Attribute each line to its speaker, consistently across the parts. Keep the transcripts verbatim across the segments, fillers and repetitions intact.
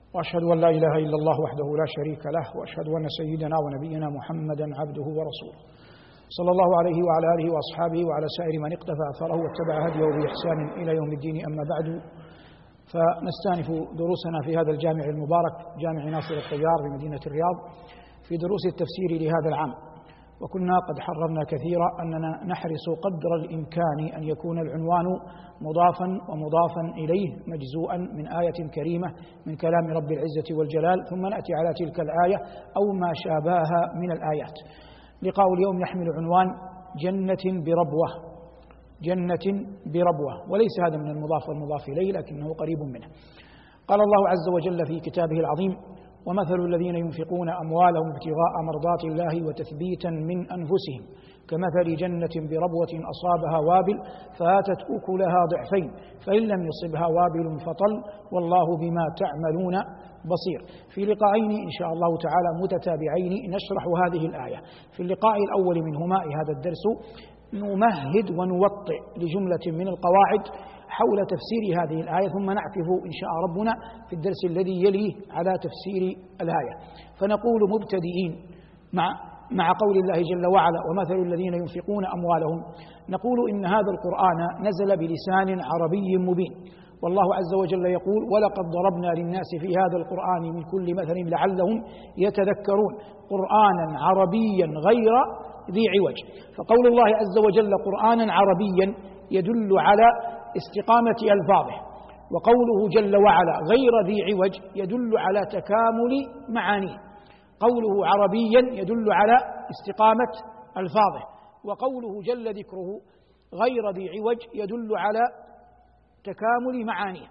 Speaker 1: وأشهد أن لا إله إلا الله وحده لا شريك له، وأشهد أن سيدنا ونبينا محمدا عبده ورسوله صلى الله عليه وعلى آله وأصحابه وعلى سائر من اقتفى أثره واتبع هديه بإحسان إلى يوم الدين. أما بعد، فنستأنف دروسنا في هذا الجامع المبارك، جامع ناصر الطيار بمدينة الرياض، في دروس التفسير لهذا العام. وكنا قد حررنا كثيرا أننا نحرص قدر الإمكان أن يكون العنوان مضافا ومضافا إليه مجزوءا من آية كريمة من كلام رب العزة والجلال، ثم نأتي على تلك الآية أو ما شابهها من الآيات. لقاء اليوم يحمل عنوان جنة بربوة. جنة بربوة، وليس هذا من المضاف والمضاف إليه، لكنه قريب منه. قال الله عز وجل في كتابه العظيم: ومثل الذين ينفقون أموالهم ابتغاء مرضات الله وتثبيتا من أنفسهم كمثل جنة بربوة أصابها وابل فآتت أكلها ضعفين فإن لم يصبها وابل فطل والله بما تعملون بصير. في لقاءين إن شاء الله تعالى متتابعين نشرح هذه الآية. في اللقاء الأول منهما هذا الدرس نمهد ونوطئ لجملة من القواعد حول تفسير هذه الآية، ثم نعكف إن شاء ربنا في الدرس الذي يليه على تفسير الآية. فنقول مبتدئين مع مع قول الله جل وعلا: ومثل الذين ينفقون أموالهم، نقول إن هذا القرآن نزل بلسان عربي مبين، والله عز وجل يقول: ولقد ضربنا للناس في هذا القرآن من كل مثل لعلهم يتذكرون، قرآنا عربيا غير ذي عوج. فقول الله عز وجل قرآنا عربيا يدل على استقامة ألفاظه، وقوله جل وعلا غير ذي عوج يدل على تكامل معانيه. قوله عربيا يدل على استقامة ألفاظه، وقوله جل ذكره غير ذي عوج يدل على تكامل معانيه.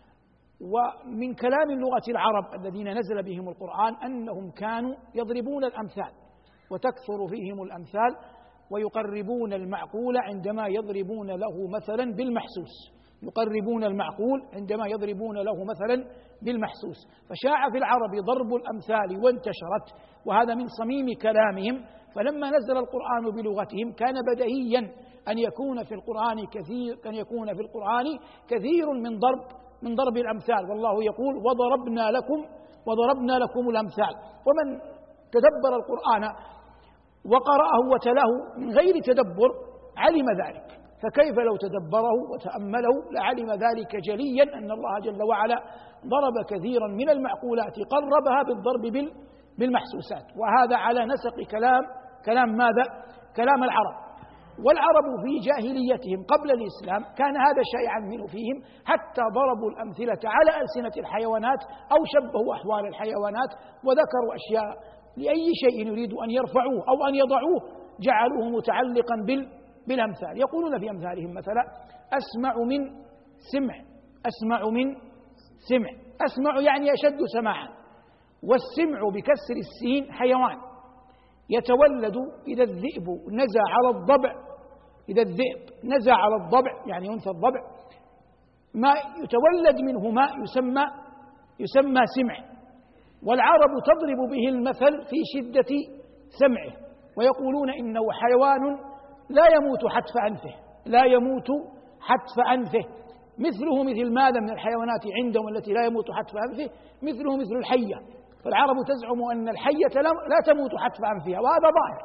Speaker 1: ومن كلام اللغة العرب الذين نزل بهم القرآن أنهم كانوا يضربون الأمثال، وتكثر فيهم الأمثال، ويقربون المعقول عندما يضربون له مثلا بالمحسوس، يقربون المعقول عندما يضربون له مثلا بالمحسوس. فشاع في العرب ضرب الأمثال وانتشرت، وهذا من صميم كلامهم. فلما نزل القرآن بلغتهم كان بديهيا أن يكون في القرآن كثير أن يكون في القرآن كثير من ضرب من ضرب الأمثال، والله يقول: وضربنا لكم وضربنا لكم الأمثال. ومن تدبر القرآن وقرأه وتلاه من غير تدبر علم ذلك، فكيف لو تدبره وتأمله لعلم ذلك جليا أن الله جل وعلا ضرب كثيرا من المعقولات قربها بالضرب بالمحسوسات. وهذا على نسق كلام كلام ماذا؟ كلام العرب. والعرب في جاهليتهم قبل الإسلام كان هذا شائعا منه فيهم، حتى ضربوا الأمثلة على ألسنة الحيوانات أو شبهوا أحوال الحيوانات وذكروا أشياء لأي شيء يريد أن يرفعوه أو أن يضعوه جعلوه متعلقا بالأمثال. يقولون في أمثالهم مثلا: أسمع من سمع، أسمع من سمع. أسمع يعني أشد سماعا، والسمع بكسر السين حيوان يتولد إذا الذئب نزع على الضبع، إذا الذئب نزع على الضبع يعني ينثى الضبع، ما يتولد منه ما يسمى يسمى سمع. والعرب تضرب به المثل في شدة سمعه، ويقولون إنه حيوان لا يموت حتف أنفه، لا يموت حتف أنفه. مثله مثل ماذا من الحيوانات عندهم التي لا يموت حتف أنفه؟ مثله مثل الحية. فالعرب تزعم أن الحية لا تموت حتف أنفها، وهذا ظاهر.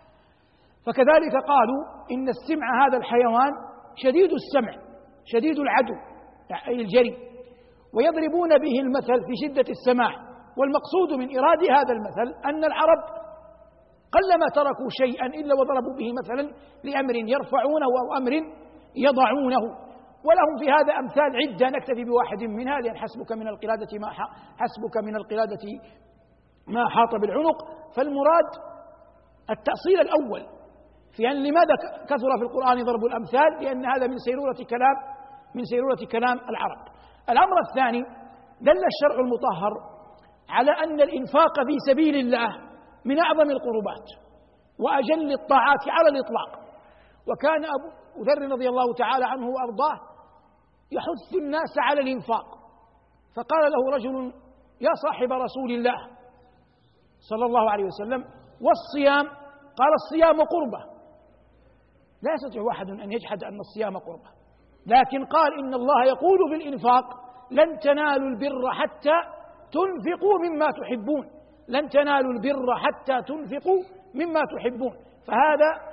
Speaker 1: فكذلك قالوا إن السمع هذا الحيوان شديد السمع شديد العدو أي الجري، ويضربون به المثل في شدة السماع. والمقصود من إراد هذا المثل أن العرب قلما تركوا شيئا إلا وضربوا به مثلا لأمر يرفعونه أو أمر يضعونه. ولهم في هذا أمثال عدة، نكتفي بواحد منها، لأن حسبك من القلادة ما حسبك من القلادة ما حاط بالعنق. فالمراد التأصيل الأول في أن لماذا كثر في القرآن ضرب الأمثال، لأن هذا من سيرورة كلام من سيرورة كلام العرب. الأمر الثاني: دل الشرع المطهر على أن الإنفاق في سبيل الله من أعظم القربات وأجل الطاعات على الإطلاق. وكان أبو ذر رضي الله تعالى عنه وأرضاه يحث الناس على الإنفاق، فقال له رجل: يا صاحب رسول الله صلى الله عليه وسلم، والصيام؟ قال: الصيام قربة. لا يستطيع واحد أن يجحد أن الصيام قربة، لكن قال: إن الله يقول في الإنفاق: لن تنالوا البر حتى تنفقوا مما تحبون، لن تنالوا البر حتى تنفقوا مما تحبون. فهذا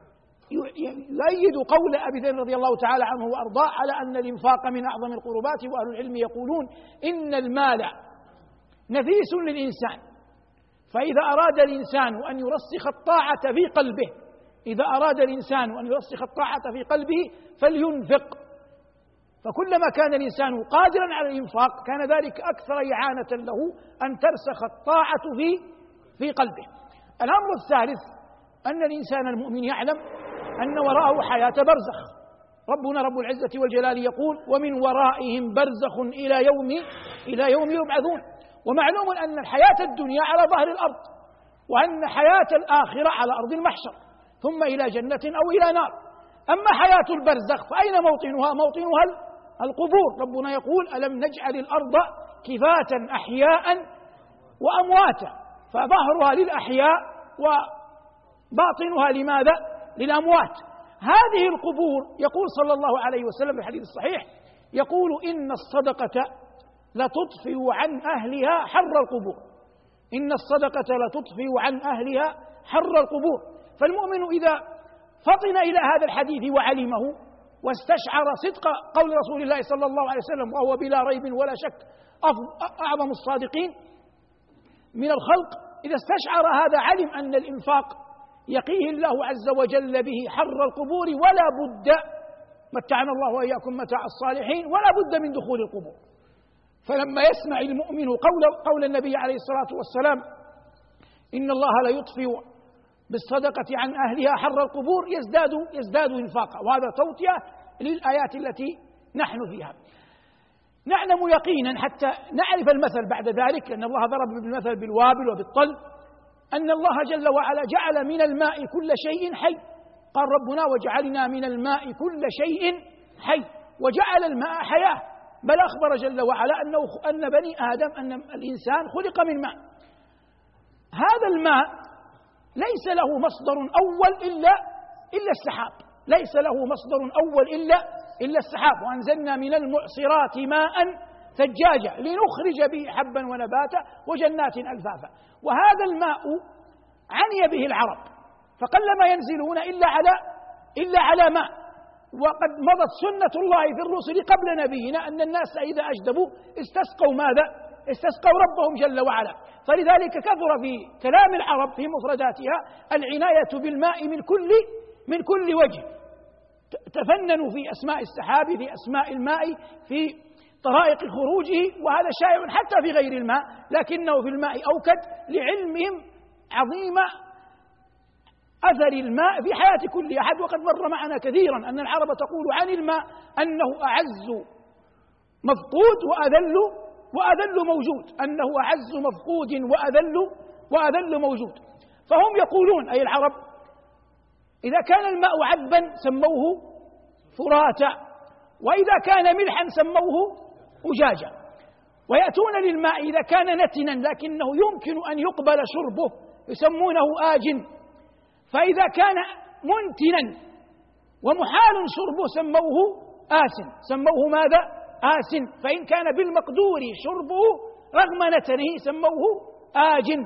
Speaker 1: يؤيد قول أبي ذر رضي الله تعالى عنه وأرضاه على أن الإنفاق من أعظم القربات. وأهل العلم يقولون إن المال نفيس للإنسان، فإذا أراد الإنسان أن يرسخ الطاعة في قلبه إذا أراد الإنسان أن يرسخ الطاعة في قلبه فلينفق، فكلما كان الإنسان قادرا على الإنفاق كان ذلك أكثر إعانة له أن ترسخ الطاعة في في قلبه. الأمر الثالث أن الإنسان المؤمن يعلم أن وراءه حياة برزخ. ربنا رب العزة والجلال يقول: ومن ورائهم برزخ إلى يوم إلى يوم يبعثون. ومعلوم أن الحياة الدنيا على ظهر الأرض، وأن حياة الآخرة على أرض المحشر، ثم إلى جنة أو إلى نار. أما حياة البرزخ فأين موطنها؟ موطنها القبور. ربنا يقول: ألم نجعل الأرض كفاة أحياء وأمواتا، فظهرها للأحياء وباطنها لماذا؟ للأموات. هذه القبور يقول صلى الله عليه وسلم في الحديث الصحيح، يقول: إن الصدقة لتطفئ عن أهلها حر القبور إن الصدقة لتطفئ عن أهلها حر القبور. فالمؤمن إذا فطن إلى هذا الحديث وعلمه واستشعر صدق قول رسول الله صلى الله عليه وسلم، وهو بلا ريب ولا شك أعظم الصادقين من الخلق، إذا استشعر هذا علم أن الإنفاق يقيه الله عز وجل به حر القبور، ولا بد، متعنا الله وإياكم متاع الصالحين، ولا بد من دخول القبور. فلما يسمع المؤمن قول, قول النبي عليه الصلاة والسلام: إن الله لا يطفئ بالصدقة عن أهلها حر القبور، يزداد يزداد إنفاقا. وهذا توطئة للآيات التي نحن فيها. نعلم يقينا حتى نعرف المثل بعد ذلك، لأن الله ضرب بالمثل بالوابل وبالطل، أن الله جل وعلا جعل من الماء كل شيء حي. قال ربنا: وجعلنا من الماء كل شيء حي، وجعل الماء حياة. بل أخبر جل وعلا أنه أن بني آدم أن الإنسان خلق من ماء. هذا الماء ليس له مصدر أول إلا إلا السحاب، ليس له مصدر أول إلا إلا السحاب. وأنزلنا من المعصرات ماء ثجاجا لنخرج به حبا ونباتا وجنات ألفافا. وهذا الماء عني به العرب، فقلما ينزلون إلا على إلا على ماء. وقد مضت سنة الله في الرسل قبل نبينا أن الناس إذا أجدبوا استسقوا ماذا؟ استسقوا ربهم جل وعلا. فلذلك كثر في كلام العرب في مفرداتها العناية بالماء من كل من كل وجه. تفننوا في أسماء السحاب، في أسماء الماء، في طرائق خروجه، وهذا شائع حتى في غير الماء، لكنه في الماء أوكد لعلمهم عظيم أثر الماء في حياة كل أحد. وقد مر معنا كثيرا أن العرب تقول عن الماء أنه أعز مفقود وأذل وأذل موجود، أنه أعز مفقود وأذل وأذل موجود. فهم يقولون أي العرب: إذا كان الماء عذبا سموه فراتا، وإذا كان ملحا سموه أجاجا. ويأتون للماء إذا كان نتنا لكنه يمكن أن يقبل شربه يسمونه آجن، فإذا كان منتنا ومحال شربه سموه آسن، سموه ماذا؟ آسن. فإن كان بالمقدور شربه رغم نتنه سموه آجن.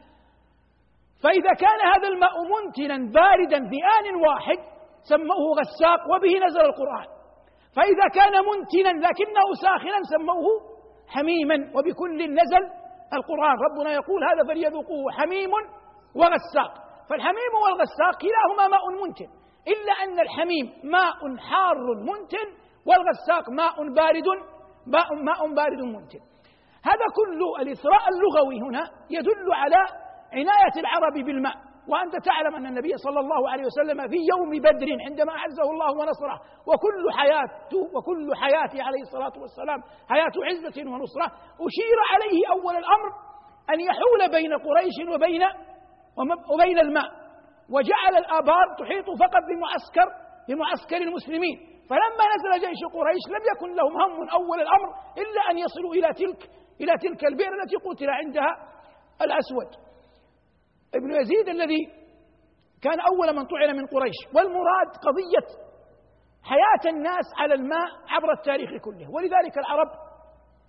Speaker 1: فإذا كان هذا الماء منتنا باردا في آن واحد سموه غساق، وبه نزل القرآن. فإذا كان منتنا لكنه ساخنا سموه حميما، وبكل نزل القرآن. ربنا يقول: هذا فليذوقوه حميم وغساق. فالحميم والغساق كلاهما ماء منتن، إلا أن الحميم ماء حار منتن، والغساق ماء بارد ماء, ماء بارد منتن. هذا كل الإثراء اللغوي هنا يدل على عناية العرب بالماء. وأنت تعلم أن النبي صلى الله عليه وسلم في يوم بدر عندما أعزه الله ونصره، وكل حياته وكل حياته عليه الصلاة والسلام حياة عزة ونصرة، أشير عليه أول الأمر أن يحول بين قريش وبين وبين الماء، وجعل الآبار تحيط فقط بمعسكر بمعسكر المسلمين. فلما نزل جيش قريش لم يكن لهم هم أول الأمر إلا أن يصلوا إلى تلك إلى تلك البئر التي قتل عندها الأسود ابن يزيد الذي كان أول من طعن من قريش. والمراد قضية حياة الناس على الماء عبر التاريخ كله. ولذلك العرب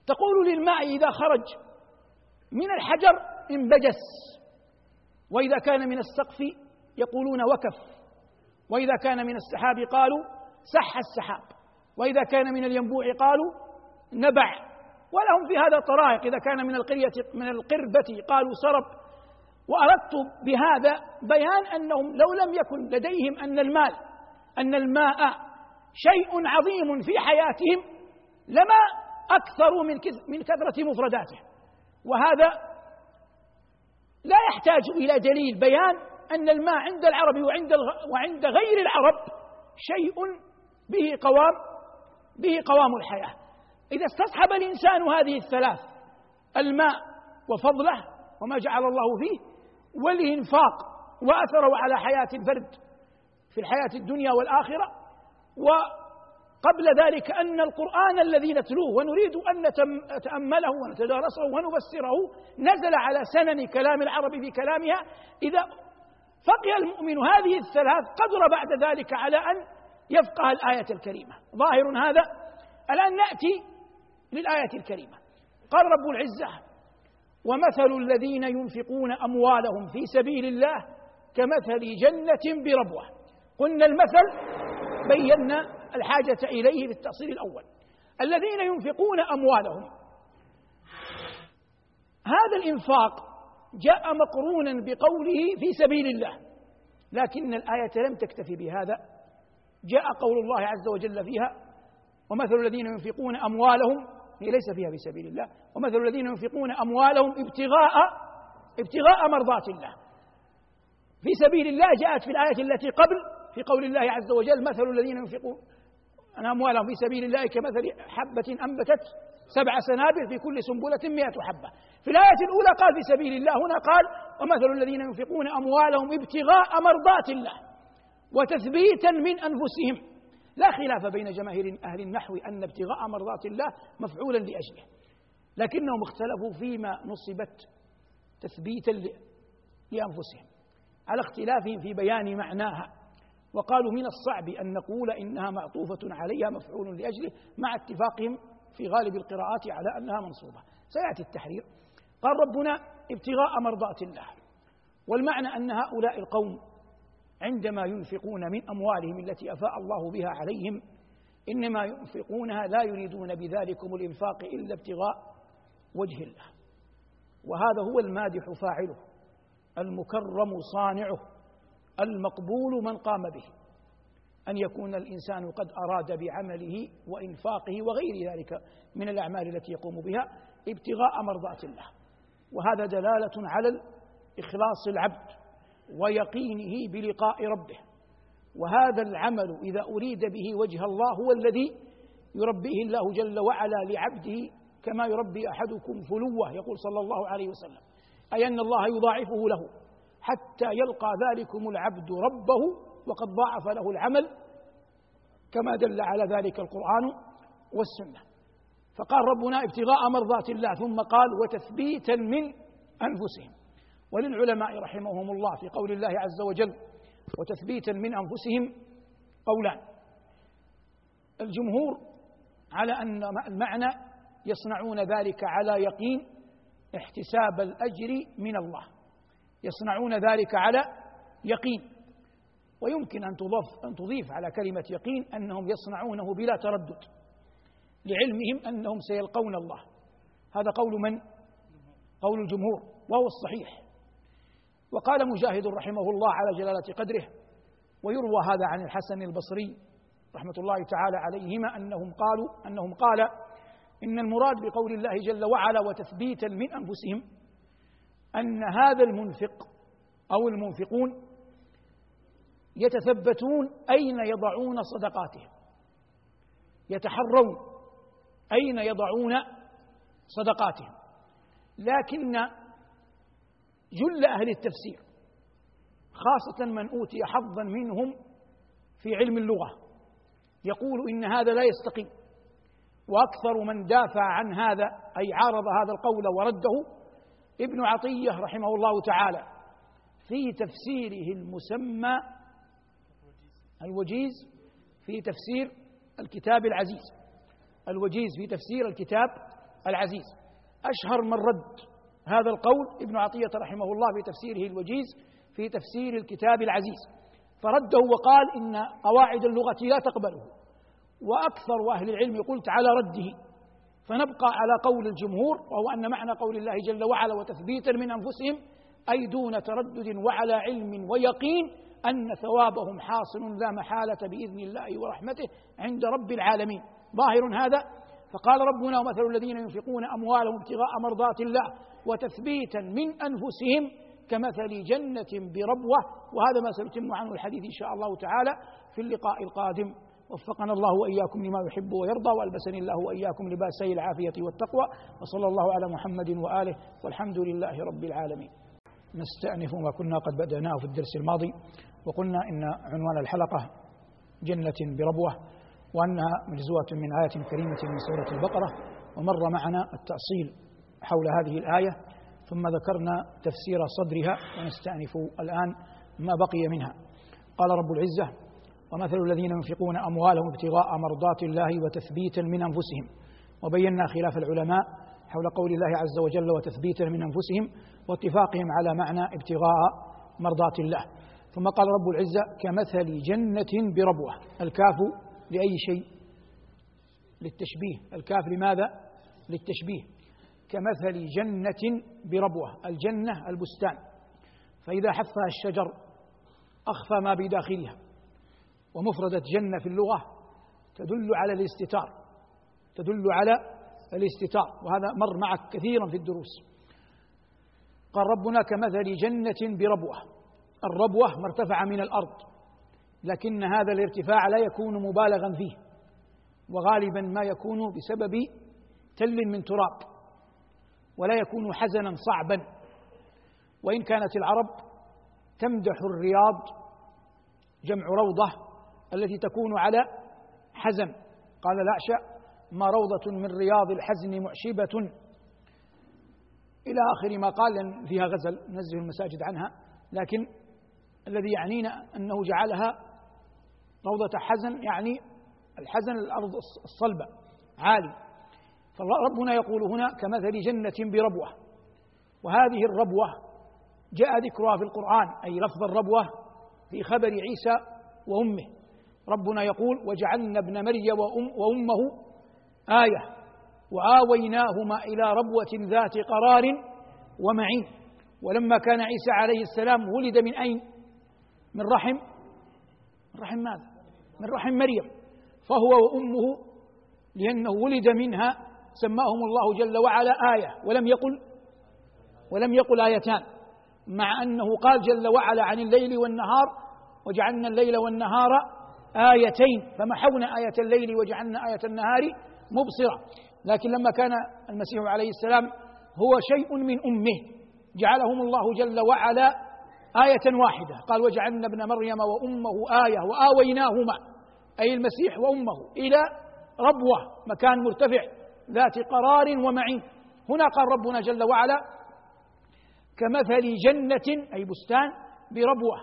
Speaker 1: تقول للماء إذا خرج من الحجر انبجس، وإذا كان من السقف يقولون وكف، وإذا كان من السحاب قالوا سح السحاب، وإذا كان من الينبوع قالوا نبع. ولهم في هذا طرائق، إذا كان من القرية من القربة قالوا سرب. وأردت بهذا بيان أنهم لو لم يكن لديهم أن المال أن الماء شيء عظيم في حياتهم لما أكثروا من من كثرة مفرداته. وهذا لا يحتاج إلى دليل بيان أن الماء عند العرب وعند وعند غير العرب شيء به قوام به قوام الحياة. إذا استصحب الإنسان هذه الثلاث، الماء وفضله وما جعل الله فيه، والإنفاق وأثره على حياة الفرد في الحياة الدنيا والآخرة، وقبل ذلك أن القرآن الذي نتلوه ونريد أن نتأمله ونتدارسه ونفسره نزل على سنن كلام العرب في كلامها، إذا فقه المؤمن هذه الثلاث قدر بعد ذلك على أن يفقه الآية الكريمة. ظاهر هذا. الآن نأتي للآية الكريمة. قال رب العزة: ومثل الذين ينفقون أموالهم في سبيل الله كمثل جنة بربوة. قلنا المثل بينا الحاجة إليه في التأصيل الأول. الذين ينفقون أموالهم، هذا الإنفاق جاء مقرونا بقوله في سبيل الله، لكن الآية لم تكتفي بهذا، جاء قول الله عز وجل فيها: ومثل الذين ينفقون أموالهم، هي ليس فيها في سبيل الله، ومثل الذين ينفقون أموالهم ابتغاء ابتغاء مرضات الله. في سبيل الله جاءت في الآية التي قبل في قول الله عز وجل: مثل الذين ينفقون أموالهم في سبيل الله كمثل حبة أنبتت سبع سنابل في كل سنبلة مئة حبة. في الآية الأولى قال في سبيل الله، هنا قال: ومثل الذين ينفقون أموالهم ابتغاء مرضات الله وتثبيتا من أنفسهم. لا خلاف بين جماهير أهل النحو أن ابتغاء مرضات الله مفعولا لأجله، لكنهم اختلفوا فيما نصبت تثبيتا لأنفسهم على اختلافهم في بيان معناها، وقالوا من الصعب أن نقول إنها معطوفة عليها مفعول لأجله، مع اتفاقهم في غالب القراءات على أنها منصوبة. سيأتي التحرير. قال ربنا: ابتغاء مرضات الله، والمعنى أن هؤلاء القوم عندما ينفقون من أموالهم التي أفاء الله بها عليهم إنما ينفقونها لا يريدون بذلكم الإنفاق إلا ابتغاء وجه الله، وهذا هو المادح فاعله، المكرم صانعه، المقبول من قام به، أن يكون الإنسان قد أراد بعمله وإنفاقه وغير ذلك من الأعمال التي يقوم بها ابتغاء مرضات الله. وهذا دلالة على إخلاص العبد ويقينه بلقاء ربه. وهذا العمل إذا أريد به وجه الله هو الذي يربيه الله جل وعلا لعبده كما يربي أحدكم فلوه، يقول صلى الله عليه وسلم، أي أن الله يضاعفه له حتى يلقى ذلكم العبد ربه وقد ضاعف له العمل كما دل على ذلك القرآن والسنة. فقال ربنا: ابتغاء مرضات الله، ثم قال: وتثبيتا من أنفسهم. وللعلماء رحمهم الله في قول الله عز وجل وتثبيتا من أنفسهم قولان. الجمهور على أن المعنى يصنعون ذلك على يقين احتساب الأجر من الله، يصنعون ذلك على يقين. ويمكن أن تضاف أن تضيف على كلمة يقين أنهم يصنعونه بلا تردد لعلمهم أنهم سيلقون الله. هذا قول من؟ قول الجمهور، وهو الصحيح. وقال مجاهد رحمه الله على جلالة قدره، ويروى هذا عن الحسن البصري رحمة الله تعالى عليهما أنهم قالوا أنهم قال إن المراد بقول الله جل وعلا وتثبيتا من أنفسهم أن هذا المنفق أو المنفقون يتثبتون أين يضعون صدقاتهم، يتحرون أين يضعون صدقاتهم. لكن جل أهل التفسير خاصة من أوتي حظا منهم في علم اللغة يقول إن هذا لا يستقيم، وأكثر من دافع عن هذا أي عارض هذا القول ورده ابن عطية رحمه الله تعالى في تفسيره المسمى الوجيز في تفسير الكتاب العزيز، الوجيز في تفسير الكتاب العزيز. أشهر من رد هذا القول ابن عطية رحمه الله في تفسيره الوجيز في تفسير الكتاب العزيز، فرده وقال إن قواعد اللغة لا تقبله، وأكثر أهل العلم قلت على رده، فنبقى على قول الجمهور، وهو أن معنى قول الله جل وعلا وتثبيتا من أنفسهم أي دون تردد وعلى علم ويقين أن ثوابهم حاصل لا محالة بإذن الله ورحمته عند رب العالمين. ظاهر هذا. فقال ربنا ومثل الذين ينفقون أموالهم ابتغاء مرضات الله وتثبيتا من أنفسهم كمثل جنة بربوة، وهذا ما سنتم عنه الحديث إن شاء الله تعالى في اللقاء القادم. وفقنا الله وإياكم لما يحب ويرضى، وألبسني الله وإياكم لباسي العافية والتقوى، وصلى الله على محمد وآله، والحمد لله رب العالمين. نستأنف ما كنا قد بدأناه في الدرس الماضي، وقلنا إن عنوان الحلقة جنة بربوة، وأنها مجزوة من آية كريمة من سورة البقرة، ومر معنا التأصيل حول هذه الآية، ثم ذكرنا تفسير صدرها، ونستأنف الآن ما بقي منها. قال رب العزة: ومثل الذين ينفقون أموالهم ابتغاء مرضات الله وتثبيتا من أنفسهم. وبينا خلاف العلماء حول قول الله عز وجل وتثبيتا من أنفسهم، واتفاقهم على معنى ابتغاء مرضات الله. ثم قال رب العزة: كمثل جنة بربوة. الكاف لأي شيء؟ للتشبيه. الكاف لماذا؟ للتشبيه. كمثل جنة بربوة، الجنة البستان، فإذا حفها الشجر أخفى ما بداخلها. ومفردة جنة في اللغة تدل على الاستتار، تدل على الاستتار، وهذا مر معك كثيرا في الدروس. قال ربنا: كمثل جنة بربوة. الربوة مرتفعة من الأرض، لكن هذا الارتفاع لا يكون مبالغا فيه، وغالبا ما يكون بسبب تل من تراب، ولا يكون حزنا صعبا. وإن كانت العرب تمدح الرياض جمع روضة التي تكون على حزن، قال الأعشى: ما روضة من رياض الحزن معشبة، إلى آخر ما قال، لأن فيها غزل نزه المساجد عنها، لكن الذي يعنينا أنه جعلها روضة حزن، يعني الحزن الأرض الصلبة عالي. فربنا يقول هنا: كمثل جنة بربوة. وهذه الربوة جاء ذكرها في القرآن، أي لفظ الربوة في خبر عيسى وأمه. ربنا يقول: وجعلنا ابن مريم وأمه آية وآويناهما إلى ربوة ذات قرار ومعين. ولما كان عيسى عليه السلام ولد من أين؟ من رحم من رحم ماذا؟ من رحم مريم، فهو وأمه لأنه ولد منها سماهم الله جل وعلا آية، ولم يقل ولم يقل آيتان، مع أنه قال جل وعلا عن الليل والنهار: وجعلنا الليل والنهار آيتين فمحونا آية الليل وجعلنا آية النهار مبصرة. لكن لما كان المسيح عليه السلام هو شيء من أمه جعلهم الله جل وعلا آية واحدة، قال: وجعلنا ابن مريم وأمه آية وآويناهما، أي المسيح وأمه، إلى ربوة، مكان مرتفع ذات قرار ومعين. هنا قال ربنا جل وعلا: كمثل جنة، أي بستان، بربوة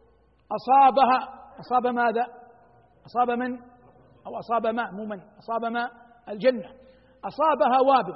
Speaker 1: أصابها، أصاب ماذا؟ أصاب من؟ أو أصاب ماء، مو من، أصاب ماء الجنة، أصابها وابل،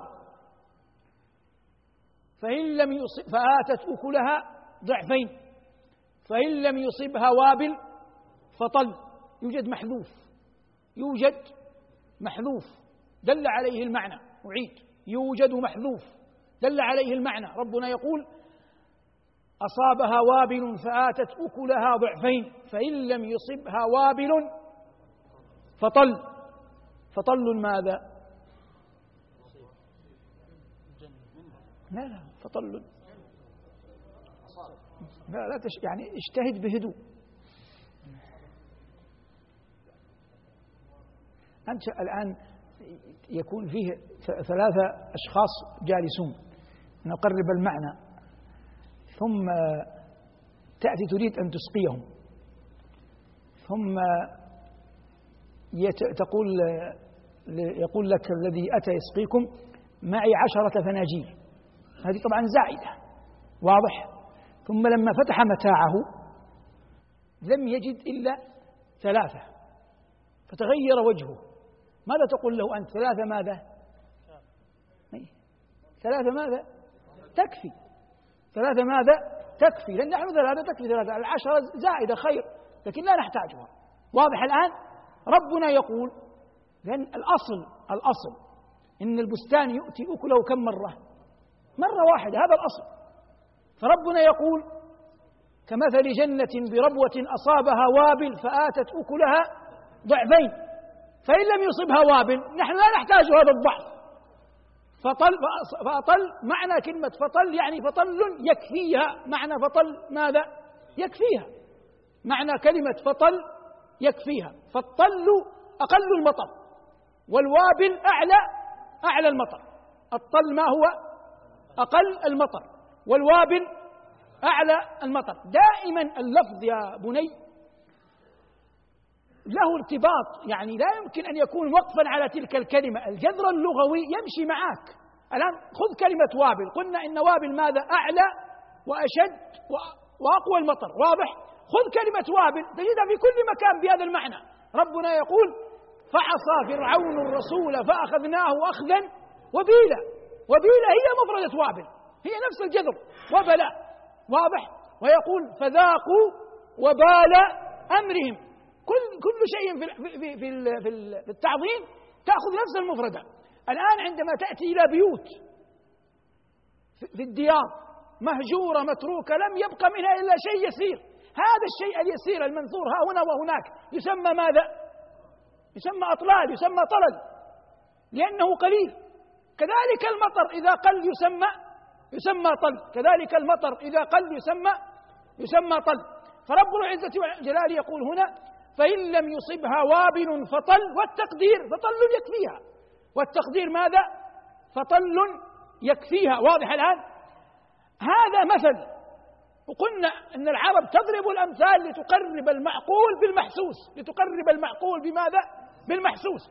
Speaker 1: فإن لم يصب فآتت أكلها ضعفين، فإن لم يصبها وابل فطل. يوجد محذوف، يوجد محذوف دل عليه المعنى. أعيد: يوجد محذوف دل عليه المعنى. ربنا يقول: أصابها وابل فآتت أكلها ضعفين، فإن لم يصبها وابل فطل. فطل ماذا؟ لا لا فطل لا لا تش يعني اجتهد بهدوء. أنت الآن يكون فيه ثلاثة أشخاص جالسون، نقرب المعنى، ثم تأتي تريد أن تسقيهم، ثم تقول يقول لك الذي أتى يسقيكم: معي عشرة فناجيل. هذه طبعا زائدة، واضح. ثم لما فتح متاعه لم يجد إلا ثلاثة، فتغير وجهه. ماذا تقول له أنت؟ ثلاثة ماذا؟ ثلاثة ماذا؟ تكفي. ثلاثة ماذا؟ تكفي، لأن نحن ثلاثة تكفي ثلاثة، العشرة زائدة خير لكن لا نحتاجها. واضح الآن؟ ربنا يقول، لأن الأصل الأصل إن البستان يؤتي أكله كم مرة؟ مرة واحدة، هذا الأصل. فربنا يقول كمثل جنة بربوة أصابها وابل فآتت أكلها ضعفين، فإن لم يصبها وابل نحن لا نحتاج هذا الضعف. فطل فأطل معنى كلمة فطل يعني فطل يكفيها، معنى فطل ماذا؟ يكفيها. معنى كلمة فطل يكفيها. فالطل أقل المطر والوابل أعلى أعلى المطر. الطل ما هو؟ أقل المطر، والوابل أعلى المطر. دائما اللفظ يا بني له ارتباط، يعني لا يمكن أن يكون وقفا على تلك الكلمة. الجذر اللغوي يمشي معك. الآن خذ كلمة وابل، قلنا إن وابل ماذا؟ أعلى وأشد وأقوى المطر، واضح؟ خذ كلمة وابل تجدها في كل مكان بهذا المعنى. ربنا يقول فعصى فرعون الرسول فأخذناه أخذا وبيلا. وبيلا هي مفردة وابل، هي نفس الجذر وبلا، واضح؟ ويقول فذاقوا وبال أمرهم. كل كل شيء في في في في التعظيم تأخذ نفس المفردة. الآن عندما تأتي إلى بيوت في الديار مهجورة متروكة لم يبق منها إلا شيء يسير، هذا الشيء اليسير المنثور ها هنا وهناك يسمى ماذا؟ يسمى أطلال، يسمى طلل، لأنه قليل. كذلك المطر إذا قل يسمى يسمى طل، كذلك المطر إذا قل يسمى يسمى طل. فرب العزة والجلال يقول هنا فإن لم يصبها وابل فطل، والتقدير فطل يكفيها، والتقدير ماذا؟ فطل يكفيها. واضح الآن؟ هذا مثل، وقلنا أن العرب تضرب الأمثال لتقرب المعقول بالمحسوس، لتقرب المعقول بماذا؟ بالمحسوس.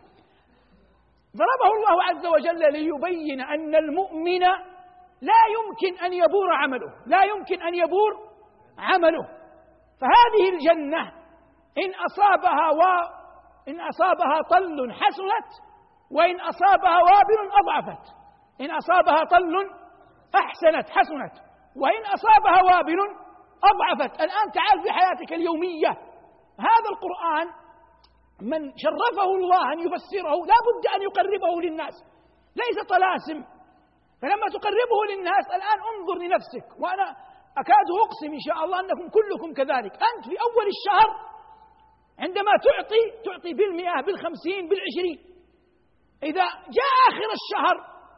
Speaker 1: ضربه الله عز وجل ليبين أن المؤمن لا يمكن أن يبور عمله، لا يمكن أن يبور عمله. فهذه الجنة إن أصابها و إن أصابها طل حسنت، وإن أصابها وابل أضعفت. إن أصابها طل أحسنت حسنت، وإن أصابها وابل أضعفت. الآن تعال في حياتك اليومية، هذا القرآن من شرفه الله أن يفسره لا بد أن يقربه للناس، ليس طلاسم. فلما تقربه للناس الآن انظر لنفسك، وأنا أكاد أقسم إن شاء الله أنكم كلكم كذلك. أنت في أول الشهر عندما تعطي تعطي بالمئة بالخمسين بالعشرين، إذا جاء آخر الشهر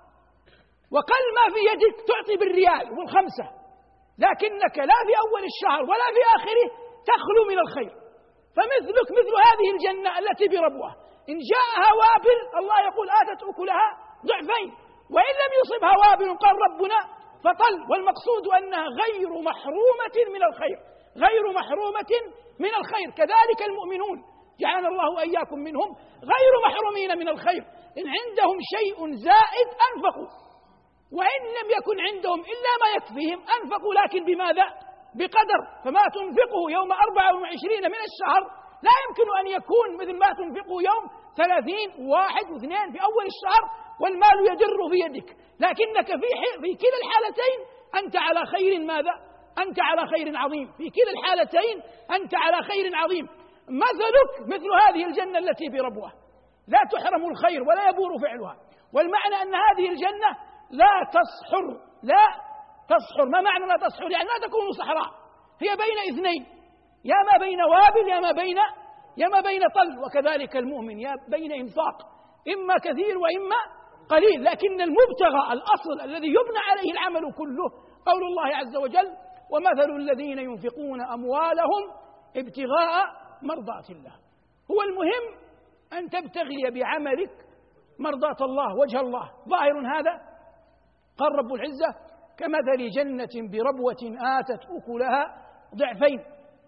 Speaker 1: وقل ما في يدك تعطي بالريال والخمسة، لكنك لا في أول الشهر ولا في آخره تخلو من الخير. فمثلك مثل هذه الجنة التي بربوة، إن جاءها وابل الله يقول آتت أكلها ضعفين، وإن لم يصبها وابل قال ربنا فطل. والمقصود أنها غير محرومة من الخير، غير محرومة من الخير. كذلك المؤمنون جعلنا الله وإياكم منهم غير محرومين من الخير. إن عندهم شيء زائد أنفقوا، وإن لم يكن عندهم إلا ما يكفيهم أنفقوا، لكن بماذا؟ بقدر. فما تنفقه يوم أربعة وعشرين من الشهر لا يمكن أن يكون مثل ما تنفقه يوم ثلاثين واحد واثنين في أول الشهر والمال يدر في يدك، لكنك في في كلا الحالتين أنت على خير ماذا؟ أنت على خير عظيم. في كلا الحالتين أنت على خير عظيم. مثلك مثل هذه الجنة التي بربوة، لا تحرم الخير ولا يبور فعلها. والمعنى أن هذه الجنة لا تصحر، لا تصحر. ما معنى لا تصحر؟ يعني لا تكون صحراء، هي بين اثنين، يا ما بين وابل يا ما بين يا ما بين طل. وكذلك المؤمن يا بين إنفاق، إما كثير وإما قليل، لكن المبتغى الأصل الذي يبنى عليه العمل كله قول الله عز وجل ومثل الذين ينفقون أموالهم ابتغاء مرضات الله. هو المهم أن تبتغي بعملك مرضاة الله، وجه الله. ظاهر هذا. قال رب العزة كمثل جنة بربوة آتت أكلها ضعفين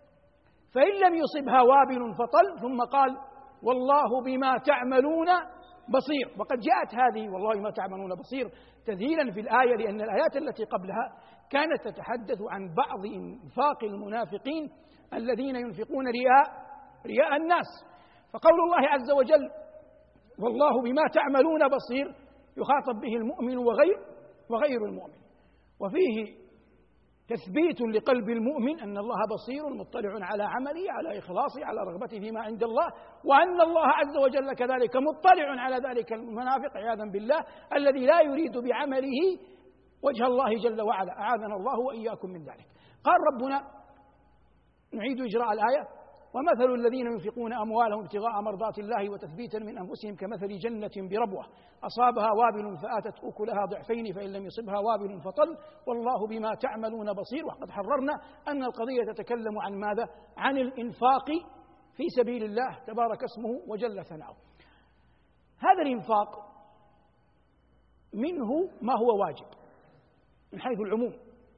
Speaker 1: فإن لم يصبها وابل فطل، ثم قال والله بما تعملون بصير. وقد جاءت هذه والله بما تعملون بصير تذيلا في الآية، لأن الآيات التي قبلها كانت تتحدث عن بعض إنفاق المنافقين الذين ينفقون رياء رياء الناس. فقول الله عز وجل والله بما تعملون بصير يخاطب به المؤمن وغير وغير المؤمن، وفيه تثبيت لقلب المؤمن أن الله بصير مطلع على عمله، على إخلاصه، على رغبته فيما عند الله، وأن الله عز وجل كذلك مطلع على ذلك المنافق عياذا بالله الذي لا يريد بعمله وجه الله جل وعلا، أعاذنا الله وإياكم من ذلك. قال ربنا، نعيد إجراء الآية: ومثل الذين ينفقون أموالهم ابتغاء مرضات الله وتثبيتا من أنفسهم كمثل جنة بربوة أصابها وابل فآتت أكلها ضعفين فإن لم يصبها وابل فطل والله بما تعملون بصير. وقد حررنا أن القضية تتكلم عن ماذا؟ عن الإنفاق في سبيل الله تبارك اسمه وجل ثناؤه. هذا الإنفاق منه ما هو واجب من حيث العموم،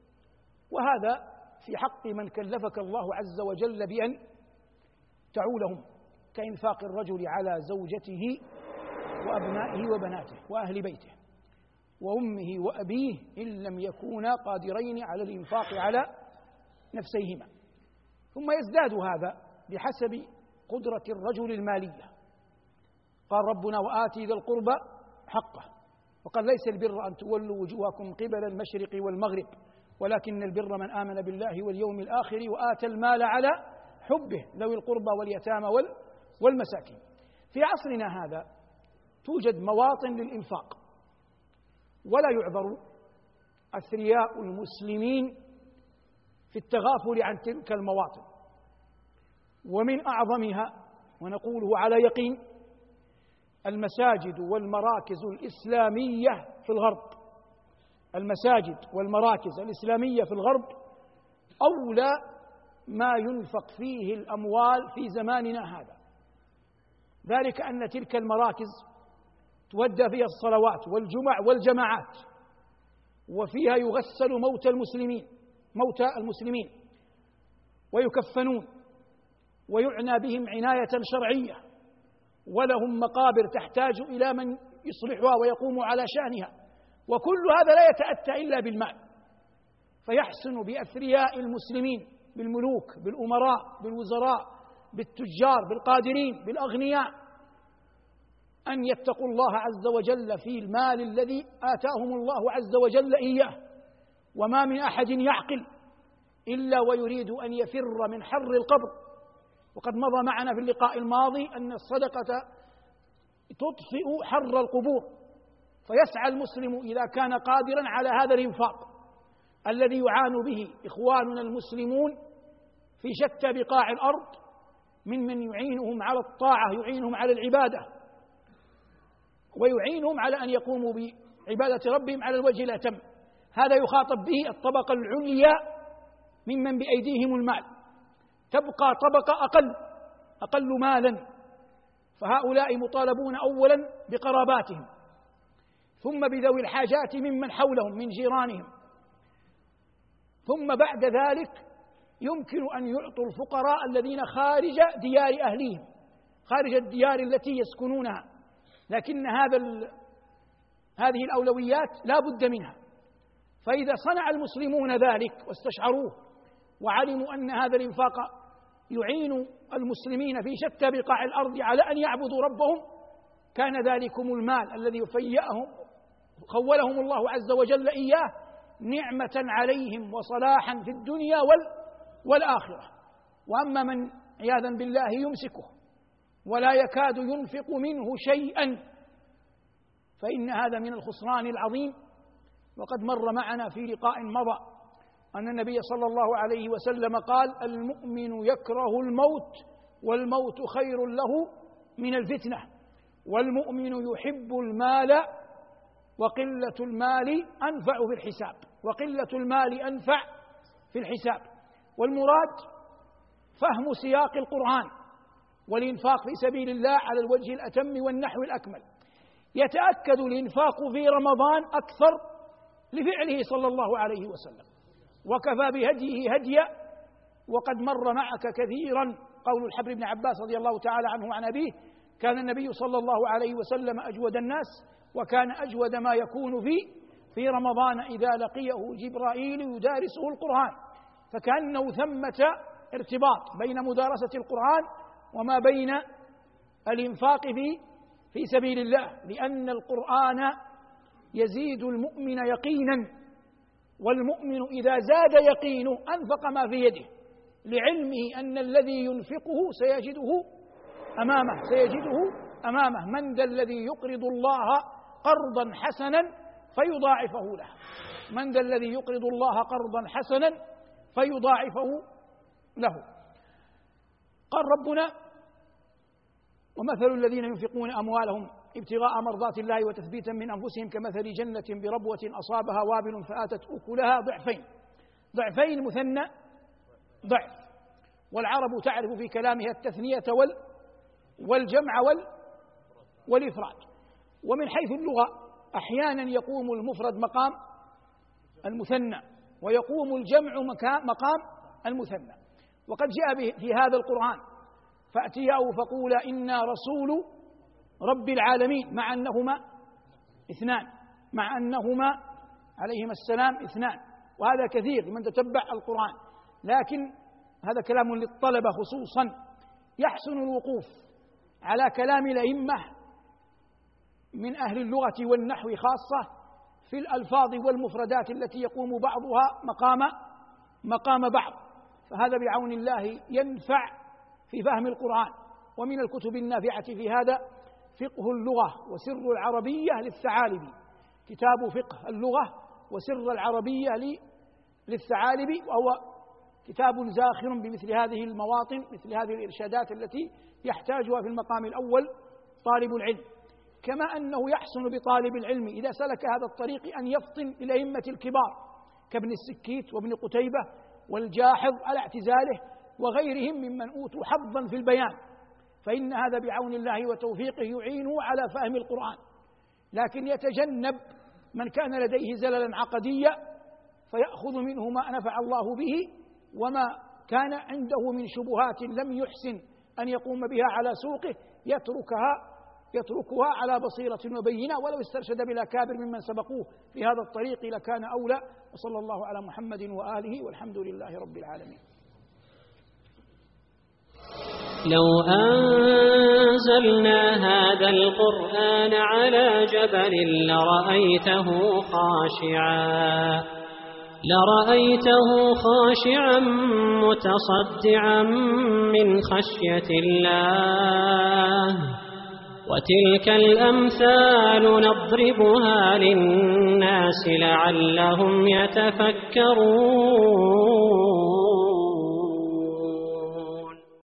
Speaker 1: وهذا في حق من كلفك الله عز وجل بأن تعولهم، كإنفاق الرجل على زوجته وأبنائه وبناته وأهل بيته وأمه وأبيه إن لم يكونا قادرين على الإنفاق على نفسيهما. ثم يزداد هذا بحسب قدرة الرجل المالية. قال ربنا: وآتي ذا القربى حقه. وقال: ليس البر أن تولوا وجوهكم قبل المشرق والمغرب ولكن البر من آمن بالله واليوم الآخر وآتى المال على حبه ذوي القربى واليتامى والمساكين. في عصرنا هذا توجد مواطن للإنفاق، ولا يعذر أثرياء المسلمين في التغافل عن تلك المواطن، ومن أعظمها ونقوله على يقين المساجد والمراكز الإسلامية في الغرب. المساجد والمراكز الإسلامية في الغرب أولى ما ينفق فيه الأموال في زماننا هذا، ذلك أن تلك المراكز تودى فيها الصلوات والجمع والجماعات، وفيها يغسل موتى المسلمين موتى المسلمين ويكفنون ويعنى بهم عناية شرعية، ولهم مقابر تحتاج إلى من يصلحها ويقوم على شأنها، وكل هذا لا يتأتى إلا بالمال. فيحسن بأثرياء المسلمين، بالملوك، بالأمراء، بالوزراء، بالتجار، بالقادرين، بالأغنياء، أن يتقوا الله عز وجل في المال الذي آتاهم الله عز وجل إياه. وما من أحد يعقل إلا ويريد أن يفر من حر القبر. وقد مضى معنا في اللقاء الماضي أن الصدقة تطفئ حر القبور، فيسعى المسلم إذا كان قادرا على هذا الإنفاق الذي يعان به إخواننا المسلمون في شتى بقاع الأرض، من من يعينهم على الطاعة، يعينهم على العبادة، ويعينهم على أن يقوموا بعبادة ربهم على الوجه الأتم. هذا يخاطب به الطبقة العليا ممن بأيديهم المال. تبقى طبقة أقل أقل مالا، فهؤلاء مطالبون أولا بقراباتهم، ثم بذوي الحاجات ممن حولهم من جيرانهم، ثم بعد ذلك يمكن أن يعطوا الفقراء الذين خارج ديار أهليهم، خارج الديار التي يسكنونها. لكن هذا هذه الأولويات لا بد منها. فإذا صنع المسلمون ذلك واستشعروه وعلموا أن هذا الإنفاق يعين المسلمين في شتى بقاع الأرض على أن يعبدوا ربهم، كان ذلكم المال الذي يفيئهم خولهم الله عز وجل إياه نعمة عليهم وصلاحا في الدنيا والآخرة. وأما من عياذا بالله يمسكه ولا يكاد ينفق منه شيئا، فإن هذا من الخسران العظيم. وقد مر معنا في لقاء مضى أن النبي صلى الله عليه وسلم قال: المؤمن يكره الموت والموت خير له من الفتنة، والمؤمن يحب المال وقلة المال أنفع في الحساب وقلة المال أنفع في الحساب. والمراد فهم سياق القرآن والإنفاق في سبيل الله على الوجه الأتم والنحو الأكمل. يتأكد الإنفاق في رمضان أكثر لفعله صلى الله عليه وسلم، وكفى بهديه هديا. وقد مر معك كثيرا قول الحبر بن عباس رضي الله تعالى عنه عن أبيه: كان النبي صلى الله عليه وسلم أجود الناس، وكان أجود ما يكون في في رمضان إذا لقيه جبرائيل يدارسه القرآن. فكأنه ثمة ارتباط بين مدارسة القرآن وما بين الإنفاق في في سبيل الله، لأن القرآن يزيد المؤمن يقينا، والمؤمن إذا زاد يقينه أنفق ما في يده، لعلمه أن الذي ينفقه سيجده أمامه سيجده أمامه من ذا الذي يقرض الله قرضا حسنا فيضاعفه له من ذا الذي يقرض الله قرضا حسنا فيضاعفه له. قال ربنا: ومثل الذين ينفقون أموالهم ابتغاء مرضات الله وتثبيتا من أنفسهم كمثل جنة بربوة أصابها وابل فآتت أكلها ضعفين ضعفين مثنى ضعف. والعرب تعرف في كلامها التثنية وال والجمع وال والإفراد. ومن حيث اللغة أحيانا يقوم المفرد مقام المثنى ويقوم الجمع مقام المثنى. وقد جاء في هذا القرآن: فأتياه فقولا إنا رسول رب العالمين، مع أنهما اثنان مع أنهما عليهما السلام اثنان، وهذا كثير لمن تتبع القرآن. لكن هذا كلام للطلبة خصوصا. يحسن الوقوف على كلام الأئمة من أهل اللغة والنحو خاصة في الألفاظ والمفردات التي يقوم بعضها مقام مقام بعض، فهذا بعون الله ينفع في فهم القرآن. ومن الكتب النافعة في هذا فقه اللغة وسر العربية للثعالبي، كتاب فقه اللغة وسر العربية للثعالبي، وهو كتاب زاخر بمثل هذه المواطن، مثل هذه الإرشادات التي يحتاجها في المقام الأول طالب العلم. كما أنه يحسن بطالب العلم إذا سلك هذا الطريق أن يفطن للأئمة الكبار كابن السكيت وابن قتيبة والجاحظ على اعتزاله وغيرهم ممن أوتوا حظا في البيان، فإن هذا بعون الله وتوفيقه يعينه على فهم القرآن. لكن يتجنب من كان لديه زللا عقديا فيأخذ منه ما نفع الله به، وما كان عنده من شبهات لم يحسن أن يقوم بها على سوقه يتركها يتركها على بصيرة وبينة، ولو استرشد بالأكابر ممن سبقوه في هذا الطريق لكان أولى. وصلى الله على محمد وآله، والحمد لله رب العالمين.
Speaker 2: لو أنزلنا هذا القرآن على جبل لرأيته خاشعا لرأيته خاشعا متصدعا من خشية الله، وتلك الأمثال نضربها للناس لعلهم يتفكرون.